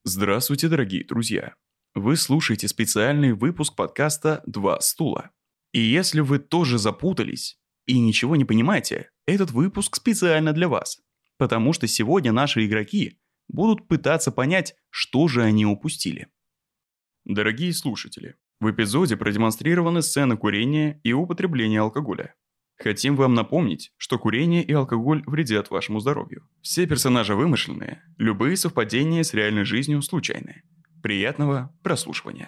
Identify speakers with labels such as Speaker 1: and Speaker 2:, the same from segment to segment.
Speaker 1: Здравствуйте, дорогие друзья! Вы слушаете специальный выпуск подкаста «Два стула». И если вы тоже запутались и ничего не понимаете, этот выпуск специально для вас. Потому что сегодня наши игроки будут пытаться понять, что же они упустили. Дорогие слушатели, в эпизоде продемонстрированы сцены курения и употребления алкоголя. Хотим вам напомнить, что курение и алкоголь вредят вашему здоровью. Все персонажи вымышленные, любые совпадения с реальной жизнью случайные. Приятного прослушивания.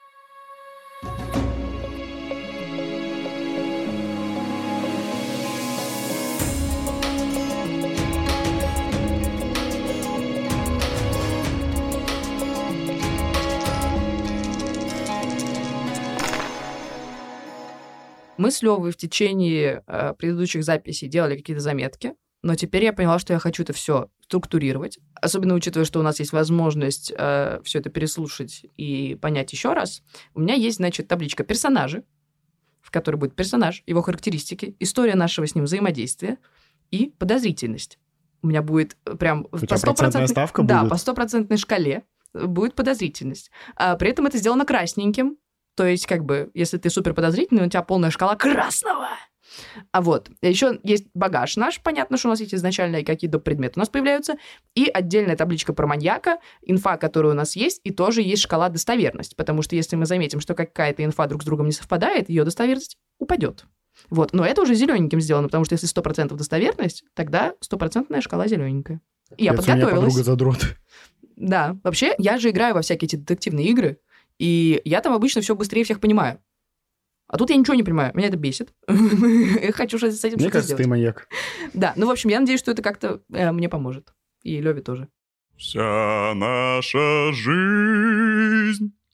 Speaker 2: Мы с Лёвой в течение предыдущих записей делали какие-то заметки, но теперь я поняла, что я хочу это все структурировать, особенно учитывая, что у нас есть возможность все это переслушать и понять еще раз. У меня есть, значит, табличка персонажи, в которой будет персонаж, его характеристики, история нашего с ним взаимодействия и подозрительность. У меня будет прям по 100%...
Speaker 3: ставка
Speaker 2: да,
Speaker 3: будет?
Speaker 2: по 100% шкале будет подозрительность. При этом это сделано красненьким. То есть, как бы, если ты супер подозрительный, у тебя полная шкала красного. А вот, еще есть багаж наш, понятно, что у нас есть изначально и какие-то предметы у нас появляются, и отдельная табличка про маньяка, инфа, которая у нас есть, и тоже есть шкала достоверность, потому что если мы заметим, что какая-то инфа друг с другом не совпадает, ее достоверность упадет. Вот, но это уже зелененьким сделано, потому что если 100% достоверность, тогда 100% шкала зелененькая. И я подготовилась.
Speaker 3: У меня подруга задрот.
Speaker 2: Да, вообще, я же играю во всякие эти детективные игры, и я там обычно все быстрее всех понимаю. А тут я ничего не понимаю, меня это бесит. Я хочу с этим что-то сделать.
Speaker 3: Мне кажется, ты маньяк.
Speaker 2: Да, ну, в общем, я надеюсь, что это как-то мне поможет. И Лёве тоже.
Speaker 1: Вся наша жизнь —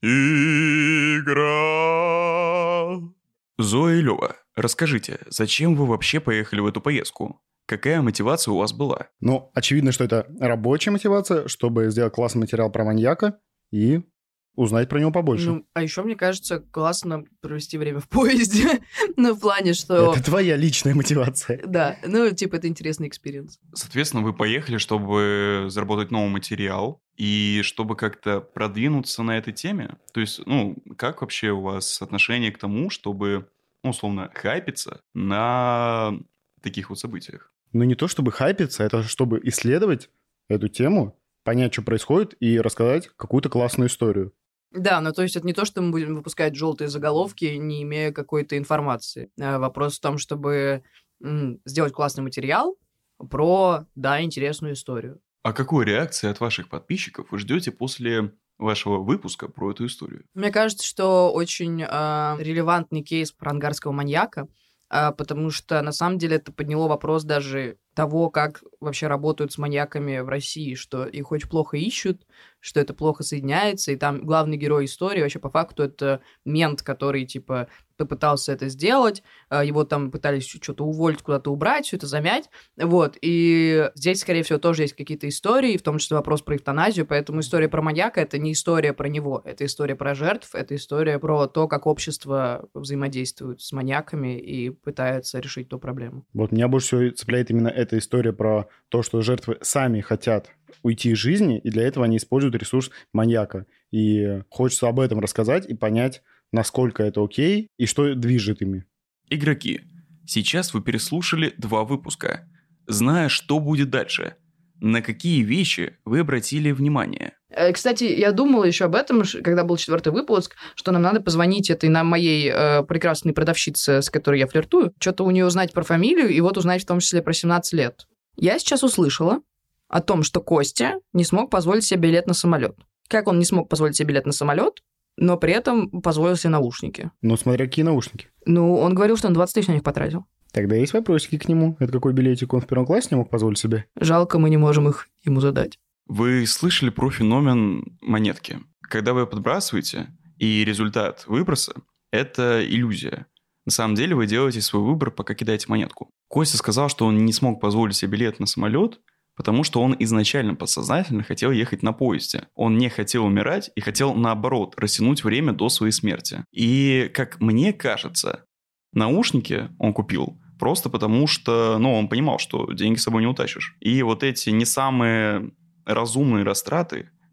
Speaker 1: игра. Зоя и Лёва, расскажите, зачем вы вообще поехали в эту поездку? Какая мотивация у вас была?
Speaker 3: Ну, очевидно, что это рабочая мотивация, чтобы сделать классный материал про маньяка и узнать про него побольше.
Speaker 2: Ну, а еще, мне кажется, классно провести время в поезде. Ну, в плане, что...
Speaker 3: Это твоя личная мотивация.
Speaker 2: Да, ну, типа, это интересный экспириенс.
Speaker 1: Соответственно, вы поехали, чтобы заработать новый материал и чтобы как-то продвинуться на этой теме. То есть, ну, как вообще у вас отношение к тому, чтобы, ну, условно, хайпиться на таких вот событиях?
Speaker 3: Ну, не то чтобы хайпиться, это чтобы исследовать эту тему, понять, что происходит, и рассказать какую-то классную историю.
Speaker 2: Да, ну то есть это не то, что мы будем выпускать желтые заголовки, не имея какой-то информации. Вопрос в том, чтобы сделать классный материал про, да, интересную историю.
Speaker 1: А какой реакции от ваших подписчиков вы ждете после вашего выпуска про эту историю?
Speaker 2: Мне кажется, что очень релевантный кейс про ангарского маньяка, потому что на самом деле это подняло вопрос даже того, как вообще работают с маньяками в России, что их очень плохо ищут, что это плохо соединяется, и там главный герой истории вообще по факту это мент, который, типа, попытался это сделать, его там пытались что-то уволить, куда-то убрать, все это замять, вот, и здесь, скорее всего, тоже есть какие-то истории, в том числе вопрос про эвтаназию, поэтому история про маньяка — это не история про него, это история про жертв, это история про то, как общество взаимодействует с маньяками и пытается решить ту проблему.
Speaker 3: Вот меня больше всего цепляет именно эта история про то, что жертвы сами хотят уйти из жизни, и для этого они используют ресурс маньяка. И хочется об этом рассказать и понять, насколько это окей и что движет ими.
Speaker 1: Игроки, сейчас вы переслушали 2 выпуска. Зная, что будет дальше, на какие вещи вы обратили внимание?
Speaker 2: Кстати, я думала еще об этом, когда был 4-й выпуск, что нам надо позвонить этой моей прекрасной продавщице, с которой я флиртую, что-то у нее узнать про фамилию и вот узнать в том числе про 17 лет. Я сейчас услышала о том, что Костя не смог позволить себе билет на самолет. Как он не смог позволить себе билет на самолет, но при этом позволил себе наушники?
Speaker 3: Ну, смотря какие наушники.
Speaker 2: Ну, он говорил, что он 20 тысяч на них потратил.
Speaker 3: Тогда есть вопросики к нему. Это какой билетик он в 1 классе не мог позволить себе?
Speaker 2: Жалко, мы не можем их ему задать.
Speaker 1: Вы слышали про феномен монетки? Когда вы ее подбрасываете, и результат выброса – это иллюзия. На самом деле вы делаете свой выбор, пока кидаете монетку. Костя сказал, что он не смог позволить себе билет на самолет, потому что он изначально подсознательно хотел ехать на поезде. Он не хотел умирать и хотел, наоборот, растянуть время до своей смерти. И, как мне кажется, наушники он купил просто потому, что, он понимал, что деньги с собой не утащишь. И вот эти не самые разумные растраты,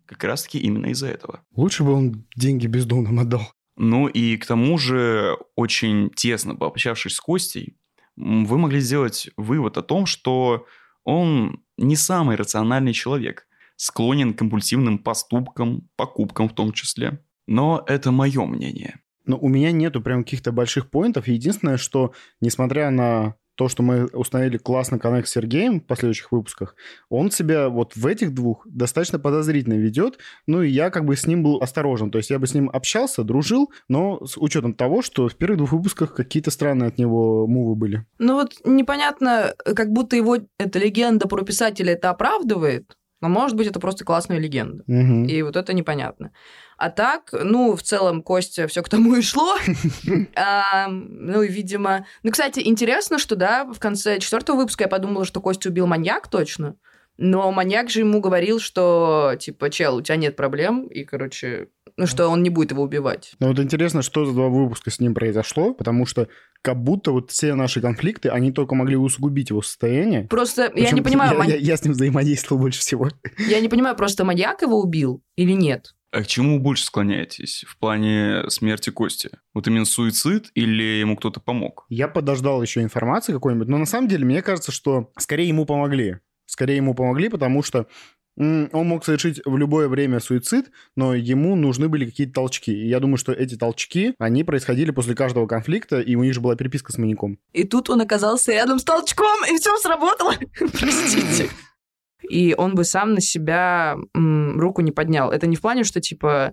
Speaker 1: как раз-таки именно из-за этого.
Speaker 3: Лучше бы он деньги бездомным отдал.
Speaker 1: Ну и к тому же, очень тесно пообщавшись с Костей, вы могли сделать вывод о том, что он не самый рациональный человек, склонен к компульсивным поступкам, покупкам в том числе. Но это мое мнение.
Speaker 3: Но у меня нету прям каких-то больших поинтов. Единственное, что, несмотря на то, что мы установили классный коннект с Сергеем в последующих выпусках, он себя вот в этих двух достаточно подозрительно ведет. Ну, и я как бы с ним был осторожен. То есть я бы с ним общался, дружил, но с учетом того, что в первых двух выпусках какие-то странные от него мувы были.
Speaker 2: Ну вот непонятно, как будто его эта легенда про писателя это оправдывает, но может быть это просто классная легенда.
Speaker 3: Угу.
Speaker 2: И вот это непонятно. А так, ну, в целом, Костя, все к тому и шло. Ну, и, видимо... Ну, кстати, интересно, что, да, в конце 4-го выпуска я подумала, что Костя убил маньяк точно, но маньяк же ему говорил, что, типа, чел, у тебя нет проблем, и, короче, ну, что он не будет его убивать.
Speaker 3: Ну, вот интересно, что за 2 выпуска с ним произошло, потому что как будто вот все наши конфликты, они только могли усугубить его состояние.
Speaker 2: Просто
Speaker 3: Причем
Speaker 2: я не понимаю...
Speaker 3: Я с ним взаимодействовал больше всего.
Speaker 2: Я не понимаю, просто маньяк его убил или нет?
Speaker 1: А к чему вы больше склоняетесь в плане смерти Кости? Вот именно суицид или ему кто-то помог?
Speaker 3: Я подождал еще информации какой-нибудь, но на самом деле мне кажется, что скорее ему помогли. Скорее ему помогли, потому что он мог совершить в любое время суицид, но ему нужны были какие-то толчки. И я думаю, что эти толчки, они происходили после каждого конфликта, и у них же была переписка с маньяком.
Speaker 2: И тут он оказался рядом с толчком, и все сработало. Простите. И он бы сам на себя руку не поднял. Это не в плане, что, типа,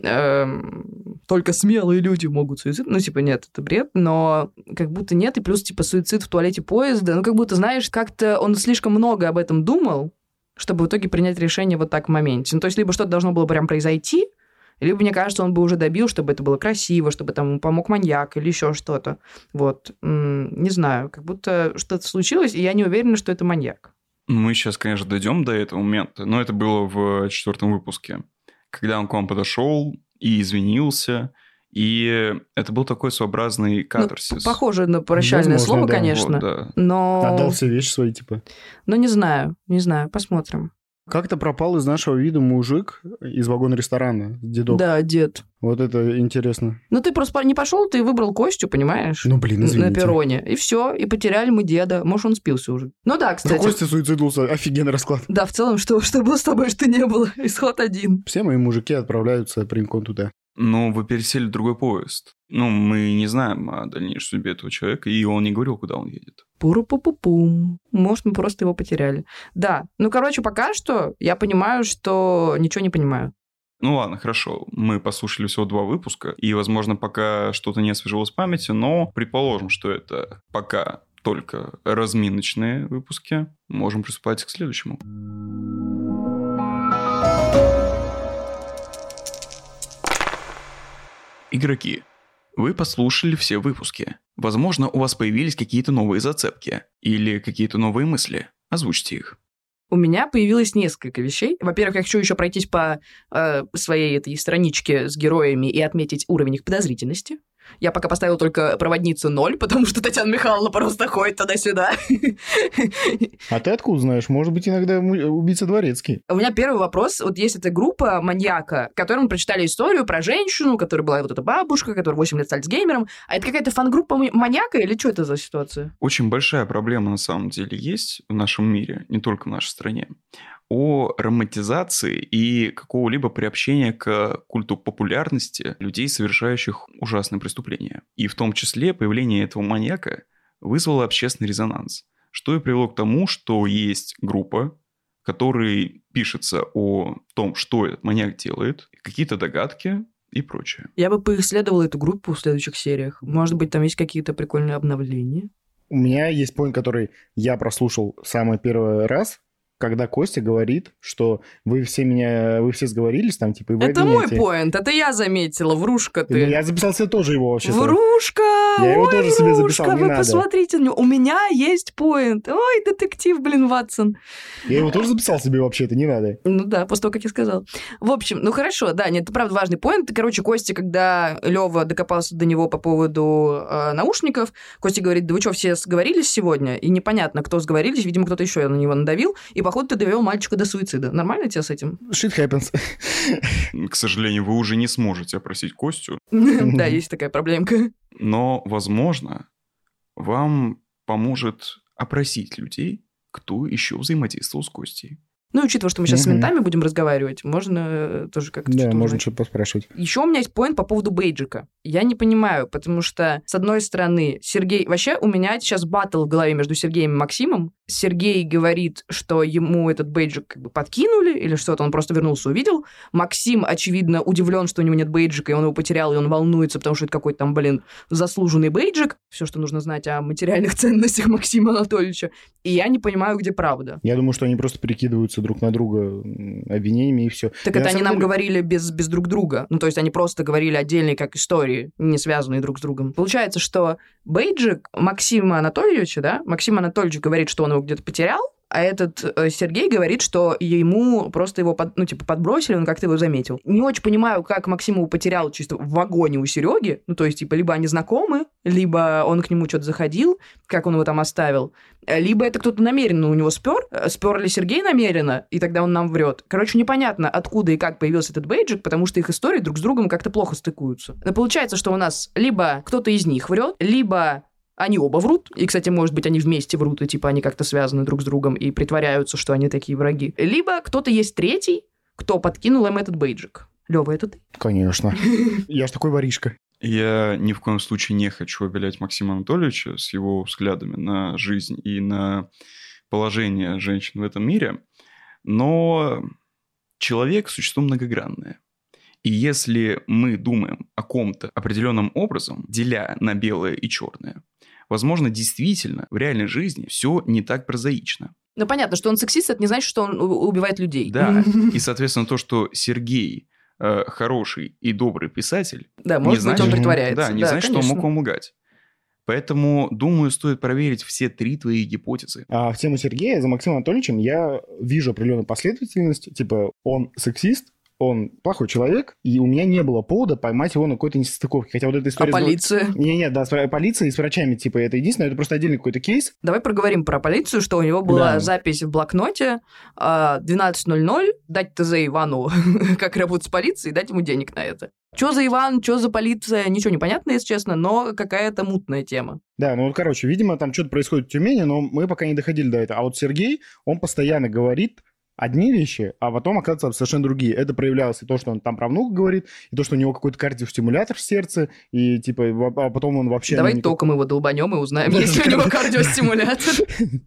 Speaker 2: только смелые люди могут суицид. Ну, типа, нет, это бред, но как будто нет. И плюс, типа, суицид в туалете поезда. Ну, как будто, знаешь, как-то он слишком много об этом думал, чтобы в итоге принять решение вот так в моменте. Ну, то есть, либо что-то должно было прям произойти, либо, мне кажется, он бы уже добил, чтобы это было красиво, чтобы там ему помог маньяк или еще что-то. Вот. Не знаю, как будто что-то случилось, и я не уверена, что это маньяк.
Speaker 1: Мы сейчас, конечно, дойдем до этого момента, но это было в 4-м выпуске, когда он к вам подошел и извинился, и это был такой своеобразный катарсис.
Speaker 2: Ну, похоже на прощальное слово,
Speaker 3: да.
Speaker 2: конечно,
Speaker 1: Вот, да.
Speaker 2: но...
Speaker 3: Отдал все вещи свои, типа.
Speaker 2: Ну, не знаю, посмотрим.
Speaker 3: Как-то пропал из нашего вида мужик из вагона ресторана, дедок.
Speaker 2: Да, дед.
Speaker 3: Вот это интересно.
Speaker 2: Ну, ты просто не пошел, ты выбрал Костю, понимаешь?
Speaker 3: Ну, блин, извините.
Speaker 2: На перроне. И все, и потеряли мы деда. Может, он спился уже. Ну да, кстати.
Speaker 3: Ну, Костя суициднулся, офигенный расклад.
Speaker 2: Да, в целом, что было с тобой, что не было. Исход один.
Speaker 3: Все мои мужики отправляются прямиком туда.
Speaker 1: Но вы пересели в другой поезд. Ну, мы не знаем о дальнейшей судьбе этого человека, и он не говорил, куда он едет.
Speaker 2: Пуру-пу-пу-пум. Может, мы просто его потеряли. Да. Ну, короче, пока что я понимаю, что ничего не понимаю.
Speaker 1: Ну ладно, хорошо. Мы послушали всего 2 выпуска, и, возможно, пока что-то не освежилось в памяти, но предположим, что это пока только разминочные выпуски. Можем приступать к следующему. Игроки, вы послушали все выпуски. Возможно, у вас появились какие-то новые зацепки или какие-то новые мысли. Озвучьте их.
Speaker 2: У меня появилось несколько вещей. Во-первых, я хочу еще пройтись по своей этой страничке с героями и отметить уровень их подозрительности. Я пока поставила только проводницу 0, потому что Татьяна Михайловна просто ходит туда-сюда.
Speaker 3: А ты откуда знаешь? Может быть, иногда убийца дворецкий.
Speaker 2: У меня первый вопрос. Вот есть эта группа маньяка, которым прочитали историю про женщину, которая была вот эта бабушка, которая 8 лет с Альцгеймером. А это какая-то фан-группа маньяка или что это за ситуация?
Speaker 1: Очень большая проблема на самом деле есть в нашем мире, не только в нашей стране, о романтизации и какого-либо приобщения к культу популярности людей, совершающих ужасные преступления. И в том числе появление этого маньяка вызвало общественный резонанс, что и привело к тому, что есть группа, в которой пишется о том, что этот маньяк делает, какие-то догадки и прочее.
Speaker 2: Я бы поисследовала эту группу в следующих сериях. Может быть, там есть какие-то прикольные обновления?
Speaker 3: У меня есть поинт, который я прослушал самый первый раз, когда Костя говорит, что вы все сговорились там, типа, и вы
Speaker 2: это
Speaker 3: обвиняете.
Speaker 2: мой поинт, это я заметила, врушка ты.
Speaker 3: Ну, я записал себе тоже его вообще.
Speaker 2: Врушка!
Speaker 3: Я его тоже себе записал,
Speaker 2: Врушка,
Speaker 3: не
Speaker 2: вы
Speaker 3: надо.
Speaker 2: посмотрите, у меня есть поинт. Ой, детектив, блин, Ватсон.
Speaker 3: Я его тоже записал себе вообще-то, не надо.
Speaker 2: Ну да, после того, как я сказал. В общем, ну хорошо, да, нет, это правда важный поинт. Короче, Костя, когда Лёва докопался до него по поводу наушников, Костя говорит, да вы что, все сговорились сегодня? И непонятно, кто сговорились, видимо, кто-то еще на него надавил, и, походу, ты довел мальчика до суицида. Нормально тебе с этим?
Speaker 3: Shit happens.
Speaker 1: К сожалению, вы уже не сможете опросить Костю,
Speaker 2: Да, есть такая проблемка.
Speaker 1: но, возможно, вам поможет опросить людей, кто еще взаимодействовал с Костей.
Speaker 2: Ну, учитывая, что мы сейчас с
Speaker 3: Мгм.
Speaker 2: ментами будем разговаривать, можно тоже как-то
Speaker 3: Да,
Speaker 2: что-то
Speaker 3: можно
Speaker 2: узнать.
Speaker 3: что-то поспрашивать.
Speaker 2: Еще у меня есть поинт по поводу бейджика. Я не понимаю, потому что, с одной стороны, Сергей... Вообще, у меня сейчас баттл в голове между Сергеем и Максимом. Сергей говорит, что ему этот бейджик как бы подкинули, или что-то, он просто вернулся, увидел. Максим, очевидно, удивлен, что у него нет бейджика, и он его потерял, и он волнуется, потому что это какой-то там, блин, заслуженный бейджик. Все, что нужно знать о материальных ценностях Максима Анатольевича. И я не понимаю, где правда.
Speaker 3: Я думаю, что они просто перекидываются друг на друга обвинениями, и все.
Speaker 2: Так это они нам говорили без друг друга. Ну, то есть они просто говорили отдельные как истории, не связанные друг с другом. Получается, что бейджик Максима Анатольевича, да, Максим Анатольевич говорит, что он его где-то потерял, а этот Сергей говорит, что ему просто его подбросили, он как-то его заметил. Не очень понимаю, как Максим его потерял чисто в вагоне у Сереги. Ну, то есть, типа, либо они знакомы, либо он к нему что-то заходил, как он его там оставил, либо это кто-то намеренно у него спер ли Сергей намеренно, и тогда он нам врет. Короче, непонятно, откуда и как появился этот бейджик, потому что их истории друг с другом как-то плохо стыкуются. Но получается, что у нас либо кто-то из них врет, либо они оба врут, и, кстати, может быть, они вместе врут, и, типа, они как-то связаны друг с другом и притворяются, что они такие враги. Либо кто-то есть третий, кто подкинул им этот бейджик. Лёва, это ты?
Speaker 3: Конечно. Я ж такой воришка.
Speaker 1: Я ни в коем случае не хочу обелять Максима Анатольевича с его взглядами на жизнь и на положение женщин в этом мире, но человек – существо многогранное. И если мы думаем о ком-то определенным образом, деля на белое и черное, возможно, действительно в реальной жизни все не так прозаично.
Speaker 2: Ну, понятно, что он сексист, это не значит, что он убивает людей.
Speaker 1: Да, и, соответственно, то, что Сергей хороший и добрый писатель,
Speaker 2: Да, может быть, он притворяется.
Speaker 1: Да, не значит, что он
Speaker 2: конечно.
Speaker 1: мог вам лгать. Поэтому, думаю, стоит проверить все 3 твои гипотезы.
Speaker 3: А в тему Сергея за Максимом Анатольевичем я вижу определенную последовательность. Типа, он сексист, он плохой человек, и у меня не было повода поймать его на какой-то несостыковке. Хотя вот эта
Speaker 2: А
Speaker 3: история...
Speaker 2: полиция?
Speaker 3: Не-не, да, с полицией и с врачами, типа, это единственное, это просто отдельный какой-то кейс.
Speaker 2: Давай проговорим про полицию, что у него была
Speaker 3: Да.
Speaker 2: запись в блокноте 12:00, дать ТЗ Ивану, как работать с полицией, и дать ему денег на это. Чё за Иван, чё за полиция, ничего не понятно, если честно, но какая-то мутная тема.
Speaker 3: Да, ну вот, короче, видимо, там что-то происходит в Тюмени, но мы пока не доходили до этого. А вот Сергей, он постоянно говорит одни вещи, а потом, оказывается, совершенно другие. Это проявлялось и то, что он там про внука говорит, и то, что у него какой-то кардиостимулятор в сердце, и типа, а потом он вообще...
Speaker 2: Давай током его долбанем и узнаем, есть ли у него кардиостимулятор.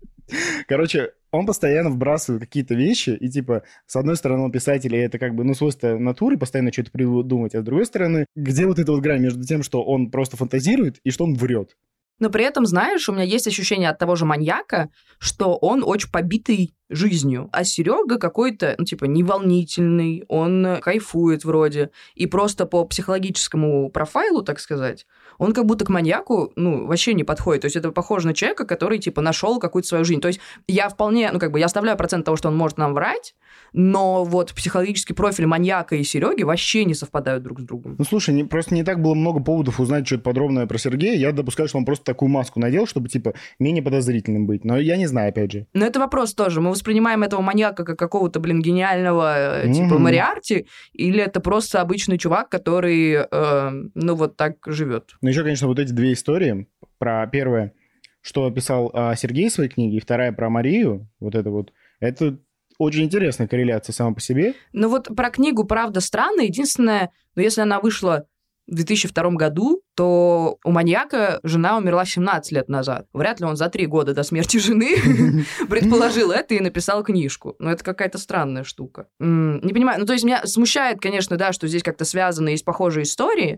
Speaker 3: Короче, он постоянно вбрасывает какие-то вещи, и типа, с одной стороны, он писатель, и это как бы, ну, свойство натуры, постоянно что-то придумать, а с другой стороны, где вот эта вот грань между тем, что он просто фантазирует, и что он врет?
Speaker 2: Но при этом, знаешь, у меня есть ощущение от того же маньяка, что он очень побитый жизнью. А Серега какой-то, ну, типа, неволнительный, он кайфует вроде. И просто по психологическому профайлу, так сказать, он как будто к маньяку, ну, вообще не подходит. То есть это похоже на человека, который, типа, нашел какую-то свою жизнь. То есть я вполне, ну, как бы, я оставляю процент того, что он может нам врать, но вот психологический профиль маньяка и Сереги вообще не совпадают друг с другом.
Speaker 3: Ну, слушай, просто не так было много поводов узнать что-то подробное про Сергея. Я допускаю, что он просто такую маску надел, чтобы, типа, менее подозрительным быть. Но я не знаю, опять же.
Speaker 2: Но это вопрос тоже. Мы воспринимаем этого маньяка как какого-то, блин, гениального, типа, Мориарти, или это просто обычный чувак, который, ну, вот так живет?
Speaker 3: Ну, еще, конечно, вот эти 2 истории. Про первое, что описал Сергей в своей книге, и вторая про Марию, вот это очень интересная корреляция сама по себе.
Speaker 2: Ну, вот про книгу, правда, странно. Единственное, ну, если она вышла в 2002 году, то у маньяка жена умерла 17 лет назад. Вряд ли он за 3 года до смерти жены предположил это и написал книжку. Но это какая-то странная штука. Не понимаю. Ну, то есть меня смущает, конечно, да, что здесь как-то связаны, есть похожие истории,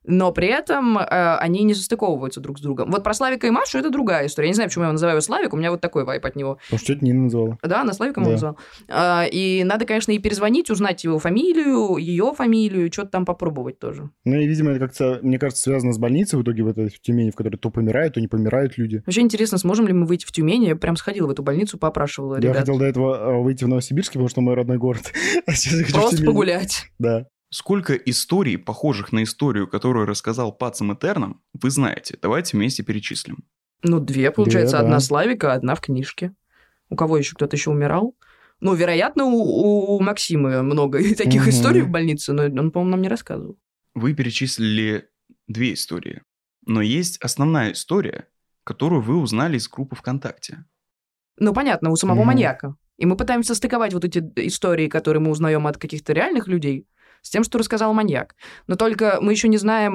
Speaker 2: но при этом они не состыковываются друг с другом. Вот про Славика и Машу это другая история. Я не знаю, почему я его называю Славик, у меня вот такой вайп от него.
Speaker 3: Потому что это Нина назвала.
Speaker 2: Да, она Славиком
Speaker 3: Да.
Speaker 2: назвала. И надо, конечно, ей перезвонить, узнать его фамилию, ее фамилию, что-то там попробовать тоже.
Speaker 3: Ну и, видимо, это как-то, мне кажется, связано с больницей в итоге в этой Тюмени, в которой то помирают, то не помирают люди.
Speaker 2: Вообще интересно, сможем ли мы выйти в Тюмени? Я прям сходила в эту больницу, поопрашивала
Speaker 3: Я
Speaker 2: ребят.
Speaker 3: хотел до этого выйти в Новосибирске, потому что мой родной город. А сейчас я хочу в
Speaker 2: Просто
Speaker 3: Тюмень.
Speaker 2: погулять.
Speaker 3: Да.
Speaker 1: Сколько историй, похожих на историю, которую рассказал Пацам Этерном, вы знаете. Давайте вместе перечислим.
Speaker 2: Ну, две, получается.
Speaker 3: Две, да.
Speaker 2: Одна Славика, одна в книжке. У кого еще кто-то еще умирал? Ну, вероятно, у Максима много таких
Speaker 3: Мгм.
Speaker 2: историй в больнице, но он, по-моему, нам не рассказывал.
Speaker 1: Вы перечислили 2 истории. Но есть основная история, которую вы узнали из группы ВКонтакте.
Speaker 2: Ну, понятно, у самого
Speaker 3: Мгм.
Speaker 2: маньяка. И мы пытаемся стыковать вот эти истории, которые мы узнаем от каких-то реальных людей, с тем, что рассказал маньяк. Но только мы еще не знаем,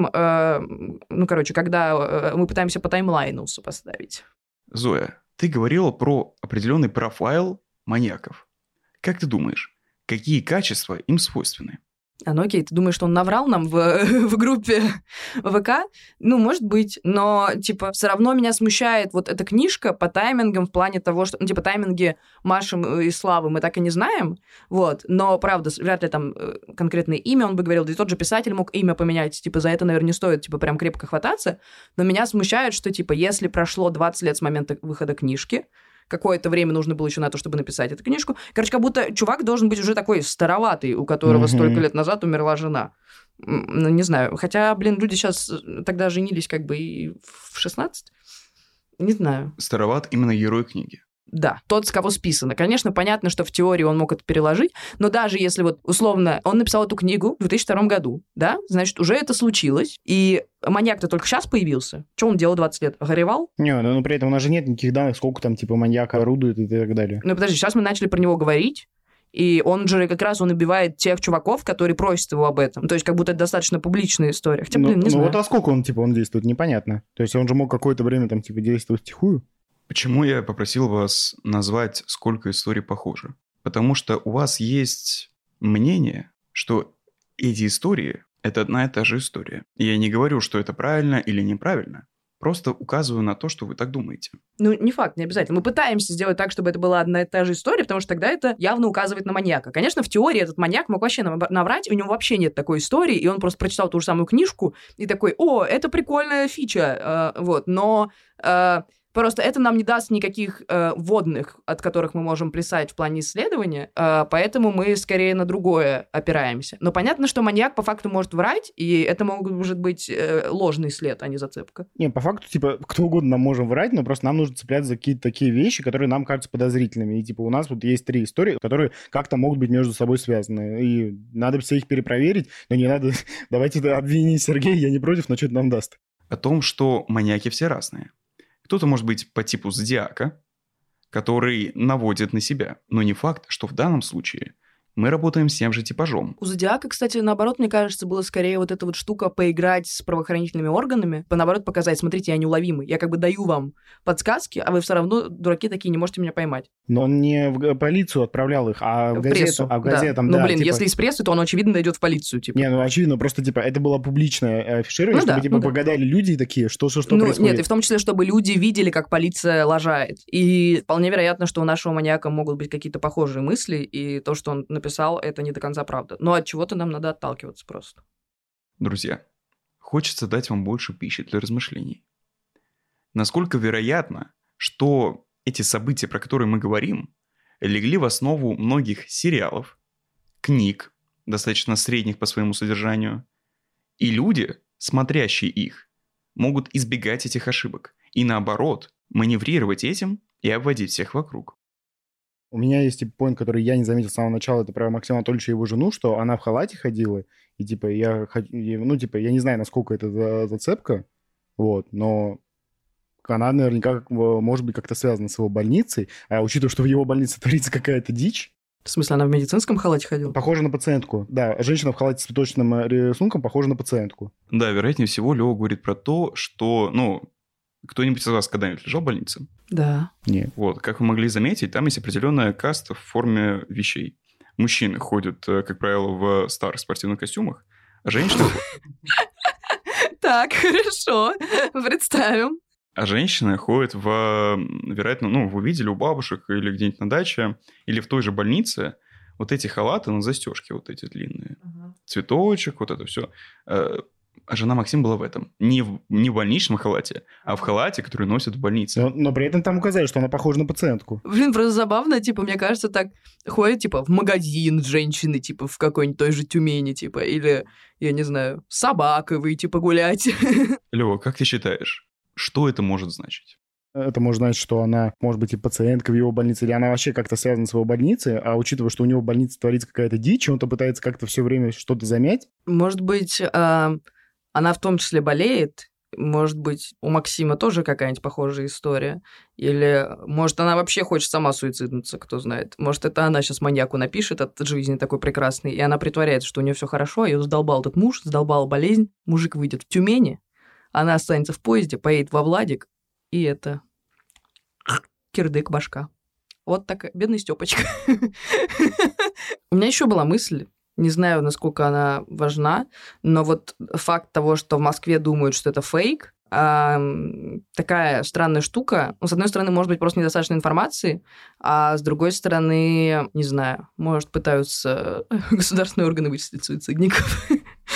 Speaker 2: когда мы пытаемся по таймлайну сопоставить.
Speaker 1: Зоя, ты говорила про определенный профайл маньяков. Как ты думаешь, какие качества им свойственны?
Speaker 2: Ну окей, ты думаешь, что он наврал нам в группе ВК? Ну, может быть, но, типа, все равно меня смущает вот эта книжка по таймингам в плане того, что, тайминги Маши и Славы мы так и не знаем, вот, но, правда, вряд ли там конкретное имя он бы говорил, да и тот же писатель мог имя поменять, типа, за это, наверное, не стоит, типа, прям крепко хвататься, но меня смущает, что, типа, если прошло 20 лет с момента выхода книжки, какое-то время нужно было еще на то, чтобы написать эту книжку. Короче, как будто чувак должен быть уже такой староватый, у которого
Speaker 3: Мгм.
Speaker 2: столько лет назад умерла жена. Ну, не знаю. Хотя, люди сейчас тогда женились как бы и в 16. Не знаю.
Speaker 1: Староват именно герой книги.
Speaker 2: Да, тот, с кого списано. Конечно, понятно, что в теории он мог это переложить, но даже если вот, условно, он написал эту книгу в 2002 году, да, значит, уже это случилось, и маньяк-то только сейчас появился. Что он делал 20 лет? Горевал?
Speaker 3: Не, ну при этом у нас же нет никаких данных, сколько там, типа, маньяка орудует и так далее.
Speaker 2: Ну, подожди, сейчас мы начали про него говорить, и он же как раз он убивает тех чуваков, которые просят его об этом. То есть, как будто это достаточно публичная история. Хотя, не
Speaker 3: ну
Speaker 2: знаю.
Speaker 3: вот а сколько он действует, непонятно. То есть он же мог какое-то время там, типа, действовать втихую.
Speaker 1: Почему я попросил вас назвать, сколько историй похожи? Потому что у вас есть мнение, что эти истории – это одна и та же история. И я не говорю, что это правильно или неправильно. Просто указываю на то, что вы так думаете.
Speaker 2: Ну, не факт, не обязательно. Мы пытаемся сделать так, чтобы это была одна и та же история, потому что тогда это явно указывает на маньяка. Конечно, в теории этот маньяк мог вообще наврать, у него вообще нет такой истории, и он просто прочитал ту же самую книжку и такой: «О, это прикольная фича», вот. Но просто это нам не даст никаких вводных, от которых мы можем плясать в плане исследования, поэтому мы скорее на другое опираемся. Но понятно, что маньяк по факту может врать, и это может быть ложный след, а не зацепка.
Speaker 3: Не, по факту, типа, кто угодно нам можем врать, но просто нам нужно цепляться за какие-то такие вещи, которые нам кажутся подозрительными. И, типа, у нас вот есть 3 истории, которые как-то могут быть между собой связаны. И надо все их перепроверить, но не надо... Давайте обвинить Сергея, я не против, но что это нам даст?
Speaker 1: О том, что маньяки все разные. Кто-то может быть по типу Зодиака, который наводит на себя. Но не факт, что в данном случае мы работаем с тем же типажом.
Speaker 2: У Зодиака, кстати, наоборот, мне кажется, была скорее вот эта вот штука поиграть с правоохранительными органами, наоборот, показать: смотрите, я неуловимый, я как бы даю вам подсказки, а вы все равно, дураки такие, не можете меня поймать.
Speaker 3: Но он не в полицию отправлял их, а в газету.
Speaker 2: Прессу,
Speaker 3: А в
Speaker 2: да.
Speaker 3: газетам,
Speaker 2: Ну,
Speaker 3: да,
Speaker 2: блин,
Speaker 3: типа...
Speaker 2: если из прессы, то он, очевидно, дойдет в полицию, типа.
Speaker 3: Не, ну, очевидно, просто, типа, это было публичное афиширование,
Speaker 2: Ну
Speaker 3: чтобы,
Speaker 2: да,
Speaker 3: типа,
Speaker 2: ну да.
Speaker 3: погадали люди и такие, что
Speaker 2: Ну,
Speaker 3: происходит.
Speaker 2: нет, и в том числе, чтобы люди видели, как полиция лажает. И вполне вероятно, что у нашего маньяка могут быть какие-то похожие мысли, и то, что он написал, это не до конца правда. Но от чего-то нам надо отталкиваться просто.
Speaker 1: Друзья, хочется дать вам больше пищи для размышлений. Насколько вероятно, что эти события, про которые мы говорим, легли в основу многих сериалов, книг, достаточно средних по своему содержанию, и люди, смотрящие их, могут избегать этих ошибок и, наоборот, маневрировать этим и обводить всех вокруг.
Speaker 3: У меня есть, типа, поинт, который я не заметил с самого начала, это про Максима Анатольевича и его жену, что она в халате ходила, и, типа, я не знаю, насколько это зацепка, вот, но она наверняка может быть как-то связана с его больницей, а учитывая, что в его больнице творится какая-то дичь.
Speaker 2: В смысле, она в медицинском халате ходила?
Speaker 3: Похожа на пациентку, да, женщина в халате с цветочным рисунком похожа на пациентку.
Speaker 1: Да, вероятнее всего, Лёва говорит про то, что, кто-нибудь из вас когда-нибудь лежал в больнице?
Speaker 2: Да.
Speaker 3: Нет.
Speaker 1: Вот, как вы могли заметить, там есть определенная каста в форме вещей. Мужчины ходят, как правило, в старых спортивных костюмах, а женщины...
Speaker 2: Так, хорошо, представим.
Speaker 1: А женщины ходят вероятно, вы видели у бабушек или где-нибудь на даче, или в той же больнице, вот эти халаты на застежке, вот эти длинные. Цветочек, вот это все. А жена Максима была в этом. Не в больничном халате, а в халате, который носят в больнице.
Speaker 3: Но при этом там указали, что она похожа на пациентку.
Speaker 2: Блин, просто забавно, мне кажется, так ходят, в магазин женщины, в какой-нибудь той же Тюмени, или, я не знаю, с собакой выйти погулять.
Speaker 1: Лёва, как ты считаешь, что это может значить?
Speaker 3: Это может значить, что она, может быть, и пациентка в его больнице, или она вообще как-то связана с его больницей, а учитывая, что у него в больнице творится какая-то дичь, он-то пытается как-то все время что-то замять.
Speaker 2: Может быть, она в том числе болеет, может быть, у Максима тоже какая-нибудь похожая история, или, может, она вообще хочет сама суициднуться, кто знает. Может, это она сейчас маньяку напишет от жизни такой прекрасной, и она притворяется, что у нее все хорошо, ее задолбал этот муж, задолбала болезнь, мужик выйдет в Тюмени, она останется в поезде, поедет во Владик, и это... кирдык башка. Вот такая, бедный Стёпочка. У меня еще была мысль, не знаю, насколько она важна, но вот факт того, что в Москве думают, что это фейк, такая странная штука. С одной стороны, может быть, просто недостаточно информации, а с другой стороны, не знаю, может, пытаются государственные органы вычислить суицидников.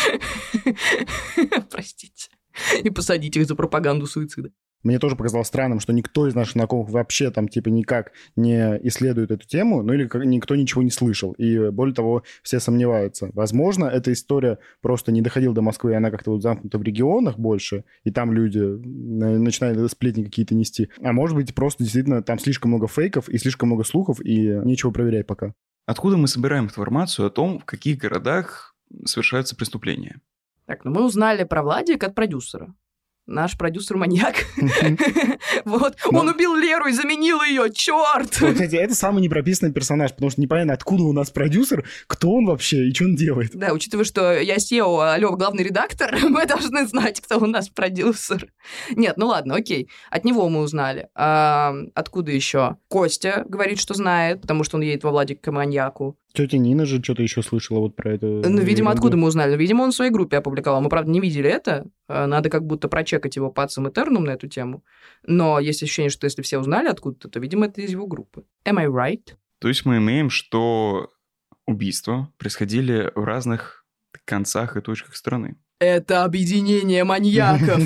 Speaker 2: Простите. И посадить их за пропаганду суицида.
Speaker 3: Мне тоже показалось странным, что никто из наших знакомых вообще там никак не исследует эту тему, или никто ничего не слышал. И более того, все сомневаются. Возможно, эта история просто не доходила до Москвы, и она как-то замкнута в регионах больше, и там люди начинают сплетни какие-то нести. А может быть, просто действительно там слишком много фейков и слишком много слухов, и нечего проверять пока.
Speaker 1: Откуда мы собираем информацию о том, в каких городах совершаются преступления?
Speaker 2: Так, мы узнали про Владик от продюсера. Наш продюсер-маньяк. Вот, он убил Леру и заменил ее, черт!
Speaker 3: Кстати, это самый непрописанный персонаж, потому что непонятно, откуда у нас продюсер, кто он вообще и что он делает.
Speaker 2: Да, учитывая, что я SEO, а Лёва главный редактор, мы должны знать, кто у нас продюсер. Нет, ну ладно, окей. От него мы узнали. Откуда еще? Костя говорит, что знает, потому что он едет во Владик к маньяку.
Speaker 3: Тетя Нина же что-то еще слышала вот про это.
Speaker 2: Ну, видимо, откуда мы узнали? Видимо, он в своей группе опубликовал. Мы, правда, не видели это. Надо как будто прочекать его пацам Этернум на эту тему. Но есть ощущение, что если все узнали откуда-то, то, видимо, это из его группы. Am I right?
Speaker 1: То есть мы имеем, что убийства происходили в разных концах и точках страны.
Speaker 2: Это объединение маньяков.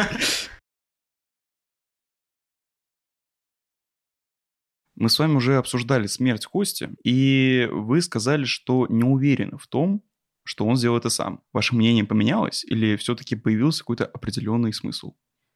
Speaker 1: Мы с вами уже обсуждали смерть Кости, и вы сказали, что не уверены в том, что он сделал это сам. Ваше мнение поменялось или все-таки появился какой-то определенный смысл?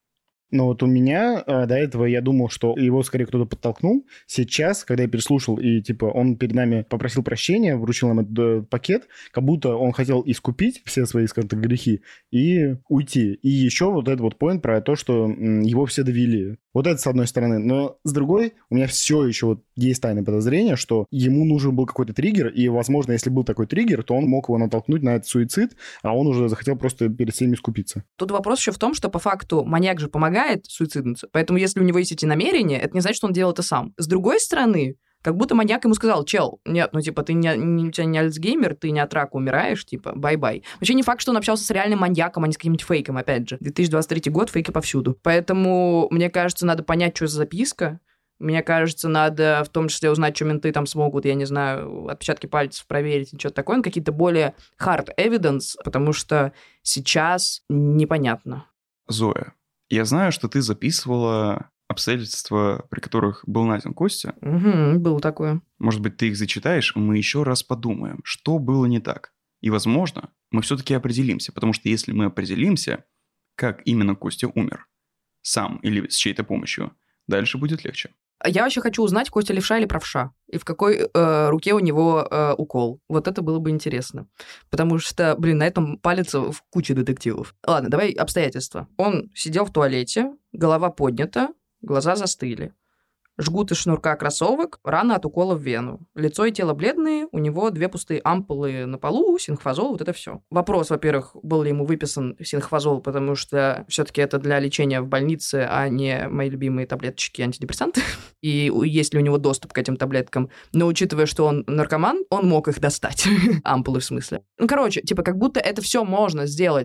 Speaker 3: Но вот у меня до этого я думал, что его скорее кто-то подтолкнул. Сейчас, когда я переслушал, и он перед нами попросил прощения, вручил нам этот пакет, как будто он хотел искупить все свои, скажем так, грехи и уйти. И еще вот этот вот поинт про то, что его все довели. Вот это с одной стороны. Но с другой, у меня все еще есть тайное подозрение, что ему нужен был какой-то триггер, и, возможно, если был такой триггер, то он мог его натолкнуть на этот суицид, а он уже захотел просто перед всеми искупиться.
Speaker 2: Тут вопрос еще в том, что по факту маньяк же помогает суициднуться, поэтому если у него есть эти намерения, это не значит, что он делал это сам. С другой стороны, как будто маньяк ему сказал: чел, нет, ты у тебя не Альцгеймер, ты не от рака умираешь, бай-бай. Вообще не факт, что он общался с реальным маньяком, а не с каким-нибудь фейком, опять же. 2023 год, фейки повсюду. Поэтому, мне кажется, надо понять, что за записка. Мне кажется, надо в том числе узнать, что менты там смогут, я не знаю, отпечатки пальцев проверить и что-то такое, какие-то более hard evidence, потому что сейчас непонятно.
Speaker 1: Зоя, я знаю, что ты записывала обстоятельства, при которых был найден Костя.
Speaker 2: Угу, было такое.
Speaker 1: Может быть, ты их зачитаешь, и мы еще раз подумаем, что было не так. И, возможно, мы все-таки определимся, потому что если мы определимся, как именно Костя умер, сам или с чьей-то помощью, дальше будет легче.
Speaker 2: Я вообще хочу узнать, Костя левша или правша, и в какой руке у него укол. Вот это было бы интересно. Потому что, на этом палится в куче детективов. Ладно, давай обстоятельства. Он сидел в туалете, голова поднята, глаза застыли. Жгут из шнурка кроссовок, рана от укола в вену. Лицо и тело бледные, у него 2 пустые ампулы на полу, синхфазол, вот это все. Вопрос, во-первых, был ли ему выписан синхфазол, потому что все-таки это для лечения в больнице, а не мои любимые таблеточки антидепрессанты. И есть ли у него доступ к этим таблеткам. Но учитывая, что он наркоман, он мог их достать. Ампулы в смысле. Как будто это все можно сделать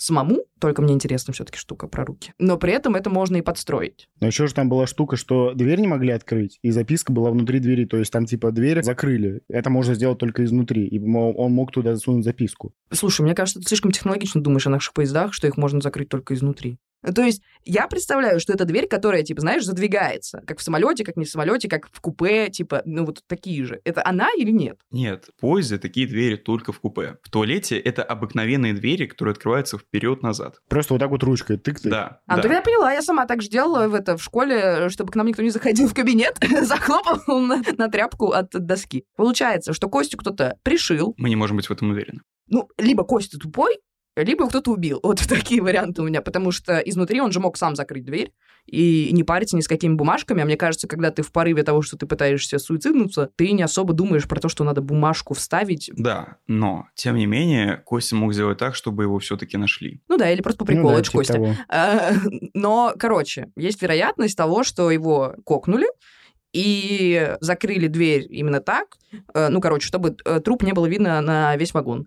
Speaker 2: самому, только мне интересна все-таки штука про руки. Но при этом это можно и подстроить.
Speaker 3: Но еще же там была штука, что дверь не могли открыть, и записка была внутри двери, то есть там типа дверь закрыли. Это можно сделать только изнутри, и он мог туда засунуть записку.
Speaker 2: Слушай, мне кажется, ты слишком технологично думаешь о наших поездах, что их можно закрыть только изнутри. То есть я представляю, что это дверь, которая, типа, знаешь, задвигается. Как в самолете, как не в самолете, как в купе, типа, ну вот такие же. Это она или нет?
Speaker 1: Нет, в поезде такие двери только в купе. В туалете это обыкновенные двери, которые открываются вперед-назад.
Speaker 3: Просто вот так вот ручкой тык-тык.
Speaker 1: Да.
Speaker 2: Так я поняла, я сама так же делала в школе, чтобы к нам никто не заходил в кабинет, захлопал на тряпку от доски. Получается, что Костю кто-то пришил.
Speaker 1: Мы не можем быть в этом уверены.
Speaker 2: Ну, либо Костя тупой, либо кто-то убил. Вот такие варианты у меня, потому что изнутри он же мог сам закрыть дверь и не париться ни с какими бумажками. А мне кажется, когда ты в порыве того, что ты пытаешься суициднуться, ты не особо думаешь про то, что надо бумажку вставить.
Speaker 1: Да, но, тем не менее, Костя мог сделать так, чтобы его все-таки нашли.
Speaker 2: Ну да, или просто по приколу, это
Speaker 3: типа
Speaker 2: Костя.
Speaker 3: того.
Speaker 2: Но, короче, есть вероятность того, что его кокнули и закрыли дверь именно так, чтобы труп не было видно на весь вагон.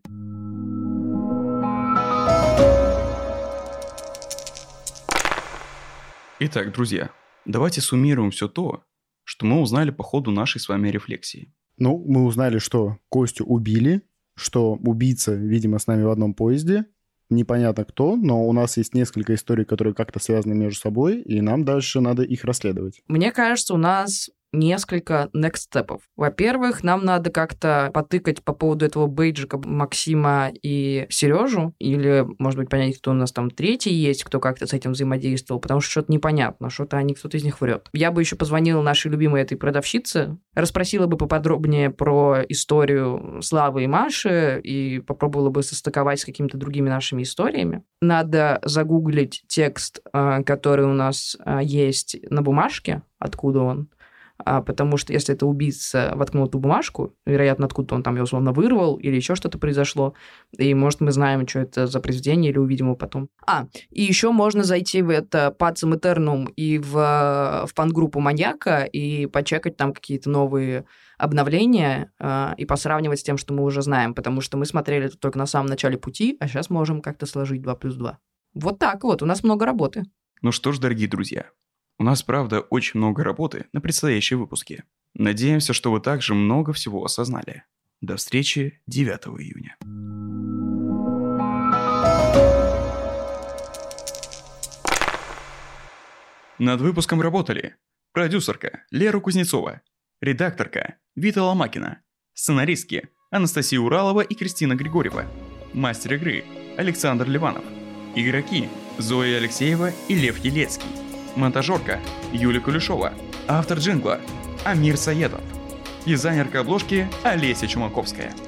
Speaker 1: Итак, друзья, давайте суммируем все то, что мы узнали по ходу нашей с вами рефлексии.
Speaker 3: Ну, мы узнали, что Костю убили, что убийца, видимо, с нами в одном поезде. Непонятно кто, но у нас есть несколько историй, которые как-то связаны между собой, и нам дальше надо их расследовать.
Speaker 2: Мне кажется, у нас несколько next-степов. Во-первых, нам надо как-то потыкать по поводу этого бейджика Максима и Сережу, или, может быть, понять, кто у нас там третий есть, кто как-то с этим взаимодействовал, потому что что-то непонятно, кто-то из них врет. Я бы еще позвонила нашей любимой этой продавщице, расспросила бы поподробнее про историю Славы и Маши и попробовала бы состыковать с какими-то другими нашими историями. Надо загуглить текст, который у нас есть на бумажке, откуда он. Потому что если это убийца воткнул эту бумажку, вероятно, откуда-то он там ее условно вырвал, или еще что-то произошло, и, может, мы знаем, что это за произведение, или увидим его потом. И еще можно зайти в это Pacem Eternum и в фан-группу Маньяка и почекать там какие-то новые обновления и посравнивать с тем, что мы уже знаем, потому что мы смотрели это только на самом начале пути, а сейчас можем как-то сложить 2 + 2. Вот так вот, у нас много работы.
Speaker 1: Ну что ж, дорогие друзья, у нас, правда, очень много работы на предстоящие выпуски. Надеемся, что вы также много всего осознали. До встречи 9 июня. Над выпуском работали продюсерка Лера Кузнецова, редакторка Вита Ломакина, сценаристки Анастасия Уралова и Кристина Григорьева, мастер игры Александр Ливанов, игроки Зоя Алексеева и Лев Елецкий, монтажерка Юлия Кулешова, автор джингла Амир Саедов, дизайнерка обложки Олеся Чумаковская.